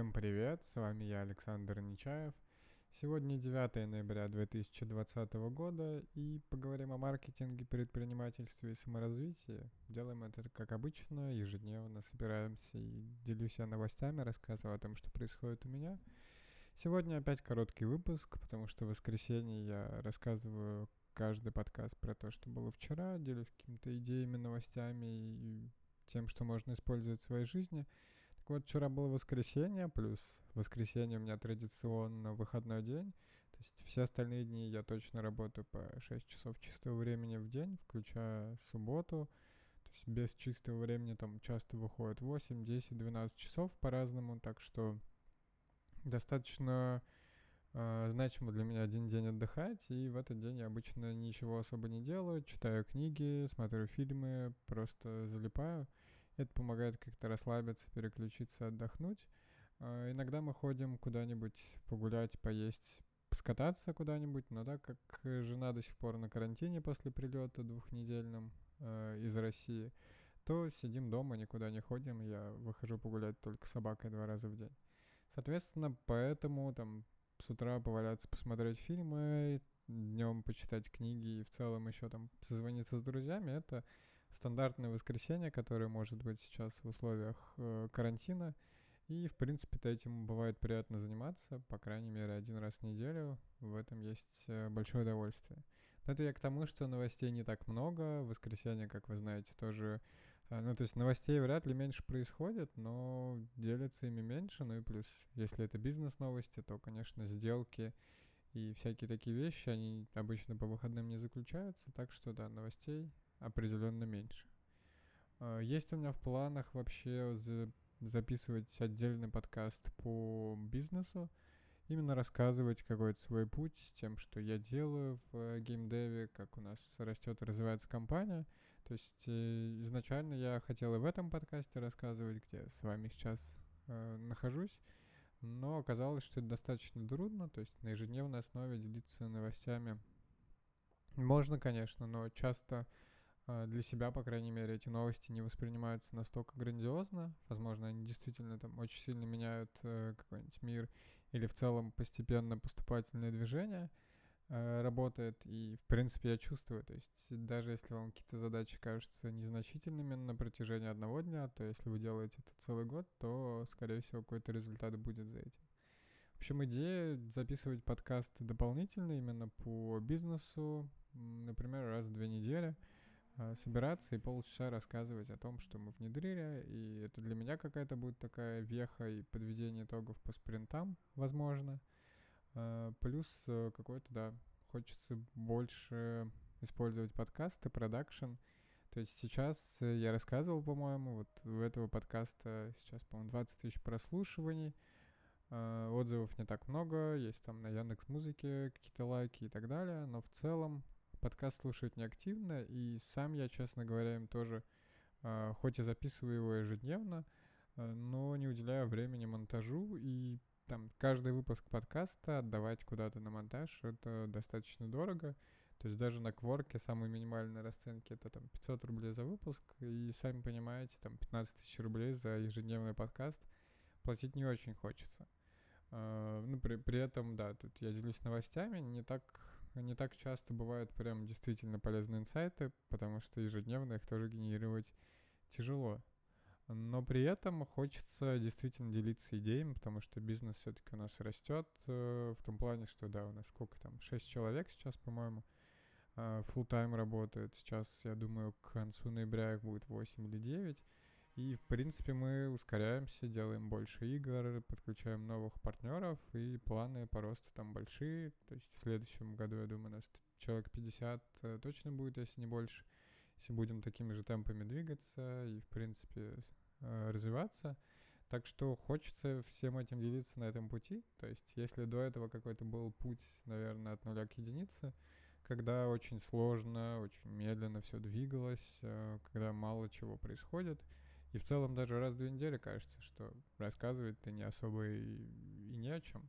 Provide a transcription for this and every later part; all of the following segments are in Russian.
Всем привет, с вами я, Александр Нечаев. Сегодня 9 ноября 2020 года и поговорим о маркетинге, предпринимательстве и саморазвитии. Делаем это как обычно, ежедневно собираемся и делюсь я новостями, рассказываю о том, что происходит у меня. Сегодня опять короткий выпуск, потому что в воскресенье я рассказываю каждый подкаст про то, что было вчера, делюсь какими-то идеями, новостями и тем, что можно использовать в своей жизни. Так вот, вчера было воскресенье, плюс воскресенье у меня традиционно выходной день. То есть все остальные дни я точно работаю по 6 часов чистого времени в день, включая субботу. То есть без чистого времени там часто выходит 8, 10, 12 часов по-разному. Так что достаточно значимо для меня один день отдыхать. И в этот день я обычно ничего особо не делаю. Читаю книги, смотрю фильмы, просто залипаю. Это помогает как-то расслабиться, переключиться, отдохнуть. Иногда мы ходим куда-нибудь погулять, поесть, скататься куда-нибудь, но так как жена до сих пор на карантине после прилета двухнедельном из России, то сидим дома, никуда не ходим. Я выхожу погулять только с собакой 2 раза в день. Соответственно, поэтому там с утра поваляться, посмотреть фильмы, днем почитать книги и в целом еще там созвониться с друзьями, это стандартное воскресенье, которое может быть сейчас в условиях карантина. И, в принципе-то, этим бывает приятно заниматься, по крайней мере, 1 раз в неделю. В этом есть большое удовольствие. Но это я к тому, что новостей не так много. В воскресенье, как вы знаете, тоже... Ну, то есть новостей вряд ли меньше происходит, но делятся ими меньше. Ну и плюс, если это бизнес-новости, то, конечно, сделки и всякие такие вещи, они обычно по выходным не заключаются. Так что, да, новостей определенно меньше. Есть у меня в планах вообще записывать отдельный подкаст по бизнесу, именно рассказывать какой-то свой путь с тем, что я делаю в геймдеве, как у нас растет и развивается компания. То есть изначально я хотел и в этом подкасте рассказывать, где с вами сейчас нахожусь, но оказалось, что это достаточно трудно, то есть на ежедневной основе делиться новостями можно, конечно, но часто для себя, по крайней мере, эти новости не воспринимаются настолько грандиозно. Возможно, они действительно там очень сильно меняют какой-нибудь мир или в целом постепенно поступательное движение работает. И, в принципе, я чувствую, то есть даже если вам какие-то задачи кажутся незначительными на протяжении одного дня, то если вы делаете это целый год, то, скорее всего, какой-то результат будет за этим. В общем, идея записывать подкасты дополнительно именно по бизнесу, например, раз в 2 недели – собираться и полчаса рассказывать о том, что мы внедрили, и это для меня какая-то будет такая веха и подведение итогов по спринтам, возможно. Плюс какой-то, да, хочется больше использовать подкасты, продакшн. То есть сейчас я рассказывал, по-моему, вот у этого подкаста сейчас, по-моему, 20 тысяч прослушиваний, отзывов не так много, есть там на Яндекс.Музыке какие-то лайки и так далее, но в целом подкаст слушают неактивно, и сам я, честно говоря, им тоже, хоть и записываю его ежедневно, но не уделяю времени монтажу, и там каждый выпуск подкаста отдавать куда-то на монтаж, это достаточно дорого. То есть даже на Кворке самые минимальные расценки это там 500 рублей за выпуск, и сами понимаете, там 15 тысяч рублей за ежедневный подкаст платить не очень хочется. Ну, при этом, да, тут я делюсь новостями, не так часто бывают прям действительно полезные инсайты, потому что ежедневно их тоже генерировать тяжело. Но при этом хочется действительно делиться идеями, потому что бизнес все-таки у нас растет в том плане, что, да, у нас сколько там, 6 человек сейчас, по-моему, full-time работает. Сейчас, я думаю, к концу ноября их будет 8 или 9. И, в принципе, мы ускоряемся, делаем больше игр, подключаем новых партнеров, и планы по росту там большие. То есть в следующем году, я думаю, у нас человек 50 точно будет, если не больше. Если будем такими же темпами двигаться и, в принципе, развиваться. Так что хочется всем этим делиться на этом пути. То есть если до этого какой-то был путь, наверное, от нуля к единице, когда очень сложно, очень медленно все двигалось, когда мало чего происходит, и в целом даже раз в 2 недели кажется, что рассказывать-то не особо и не о чем.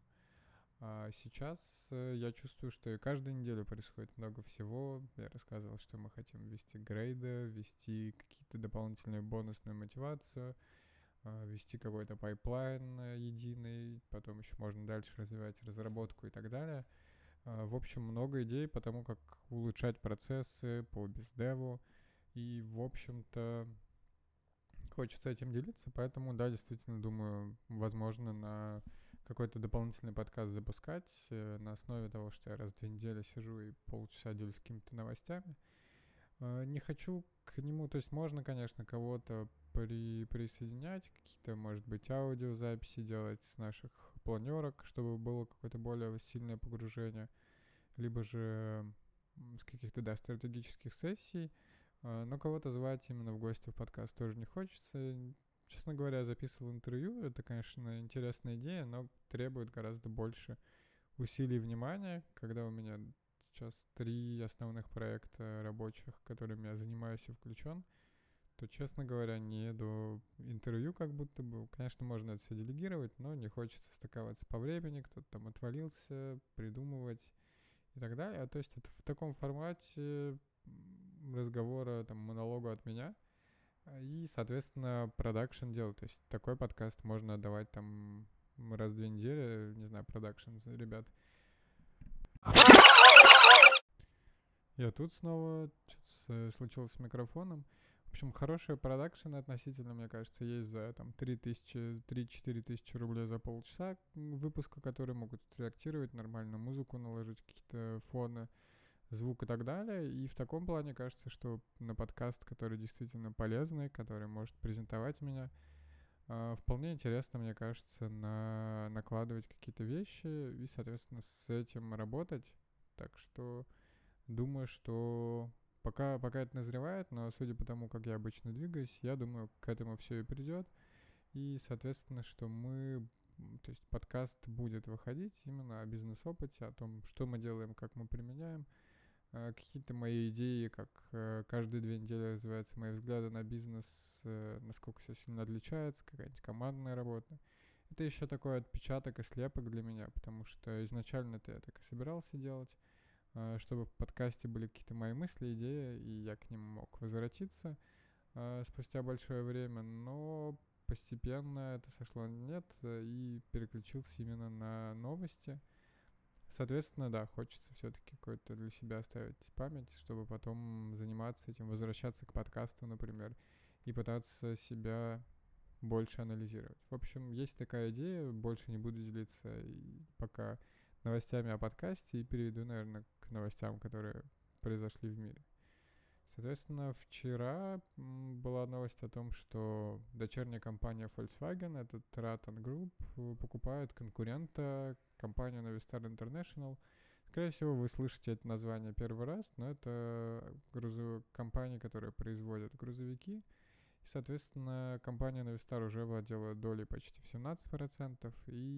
А сейчас я чувствую, что и каждую неделю происходит много всего. Я рассказывал, что мы хотим ввести грейды, ввести какие-то дополнительные бонусную мотивацию, вести какой-то пайплайн единый, потом еще можно дальше развивать разработку и так далее. В общем, много идей по тому, как улучшать процессы по бездеву. И, в общем-то, хочется этим делиться, поэтому, да, действительно, думаю, возможно, на какой-то дополнительный подкаст запускать на основе того, что я раз в 2 недели сижу и полчаса делюсь какими-то новостями. Не хочу к нему, то есть можно, конечно, кого-то присоединять, какие-то, может быть, аудиозаписи делать с наших планерок, чтобы было какое-то более сильное погружение, либо же с каких-то, да, стратегических сессий, но кого-то звать именно в гости в подкаст тоже не хочется. Честно говоря, я записывал интервью, это, конечно, интересная идея, но требует гораздо больше усилий и внимания, когда у меня сейчас 3 основных проекта рабочих, которыми я занимаюсь и включен, то, честно говоря, не до интервью как будто бы. Конечно, можно это все делегировать, но не хочется стыковаться по времени, кто-то там отвалился, придумывать и так далее. То есть это в таком формате разговора, там, монолога от меня. И, соответственно, продакшн делать. То есть такой подкаст можно отдавать там раз в 2 недели, не знаю, продакшн ребят. Я тут снова, что-то случилось с микрофоном. В общем, хорошие продакшены относительно, мне кажется, есть за там 3-4 тысячи рублей за полчаса выпуска, которые могут редактировать нормально музыку, наложить какие-то фоны, звук и так далее. И в таком плане кажется, что на подкаст, который действительно полезный, который может презентовать меня, вполне интересно, мне кажется, накладывать какие-то вещи и, соответственно, с этим работать. Так что думаю, что пока это назревает, но судя по тому, как я обычно двигаюсь, я думаю, к этому все и придет. И, соответственно, что то есть подкаст будет выходить именно о бизнес-опыте, о том, что мы делаем, как мы применяем, какие-то мои идеи, как каждые 2 недели развиваются мои взгляды на бизнес, насколько все сильно отличается, какая-нибудь командная работа. Это еще такой отпечаток и слепок для меня, потому что изначально-то я так и собирался делать, чтобы в подкасте были какие-то мои мысли, идеи, и я к ним мог возвратиться спустя большое время, но постепенно это сошло на нет и переключился именно на новости. Соответственно, да, хочется все-таки какой-то для себя оставить память, чтобы потом заниматься этим, возвращаться к подкасту, например, и пытаться себя больше анализировать. В общем, есть такая идея, больше не буду делиться пока новостями о подкасте и перейду, наверное, к новостям, которые произошли в мире. Соответственно, вчера была новость о том, что дочерняя компания Volkswagen, этот Traton Group, покупает конкурента, компанию Navistar International. Скорее всего, вы слышите это название первый раз, но это компания, которая производит грузовики. И, соответственно, компания Navistar уже владела долей почти в 17%,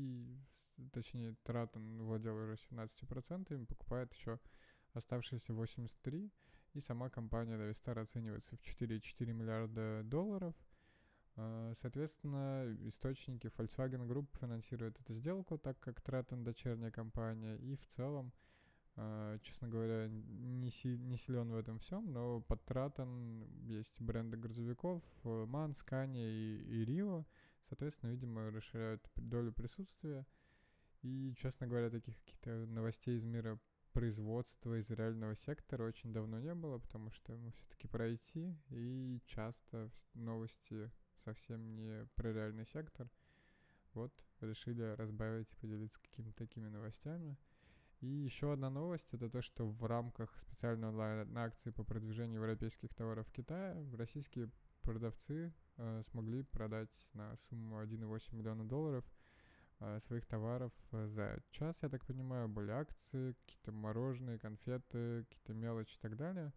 точнее, Traton владел уже 17%, покупает еще оставшиеся 83%. И сама компания Navistar оценивается в 4,4 миллиарда долларов. Соответственно, источники Volkswagen Group финансируют эту сделку, так как Traton дочерняя компания. И в целом, честно говоря, не силен в этом всем, но под Traton есть бренды грузовиков MAN, Scania и Rio. Соответственно, видимо, расширяют долю присутствия. И, честно говоря, таких каких-то новостей из мира производства, из реального сектора очень давно не было, потому что мы все-таки про IT, и часто новости совсем не про реальный сектор. Вот, решили разбавить и поделиться какими-то такими новостями. И еще одна новость, это то, что в рамках специальной онлайн-акции по продвижению европейских товаров в Китае российские продавцы смогли продать на сумму 1,8 миллиона долларов своих товаров за час, я так понимаю, были акции, какие-то мороженые, конфеты, какие-то мелочи и так далее.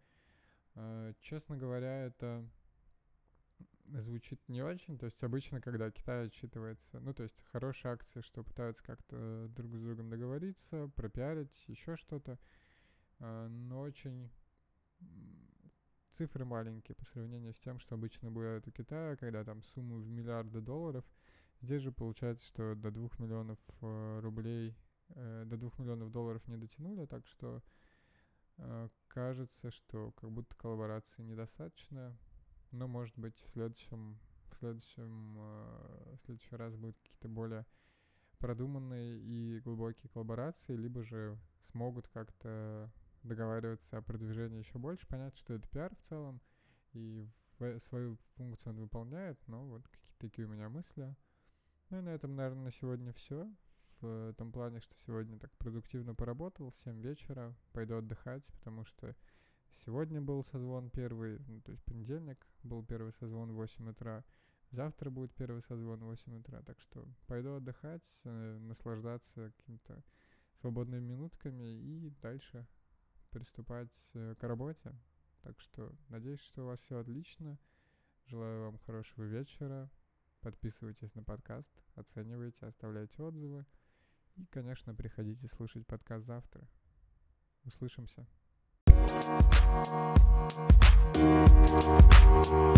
Честно говоря, это звучит не очень, то есть обычно, когда Китай отчитывается, ну, то есть хорошие акции, что пытаются как-то друг с другом договориться, пропиарить, еще что-то, но очень цифры маленькие по сравнению с тем, что обычно бывает у Китая, когда там суммы в миллиарды долларов. Здесь же получается, что до 2 миллионов рублей, до 2 миллионов долларов не дотянули, так что кажется, что как будто коллаборации недостаточно, но может быть в в следующий раз будут какие-то более продуманные и глубокие коллаборации, либо же смогут как-то договариваться о продвижении еще больше. Понятно, что это пиар в целом, и свою функцию он выполняет, но вот какие-то такие у меня мысли. Ну и на этом, наверное, на сегодня все. В том плане, что сегодня так продуктивно поработал, 7 вечера, пойду отдыхать, потому что сегодня был созвон первый, то есть понедельник был первый созвон в 8 утра, завтра будет первый созвон в 8 утра, так что пойду отдыхать, наслаждаться какими-то свободными минутками и дальше приступать к работе. Так что надеюсь, что у вас все отлично. Желаю вам хорошего вечера. Подписывайтесь на подкаст, оценивайте, оставляйте отзывы. И, конечно, приходите слушать подкаст завтра. Услышимся.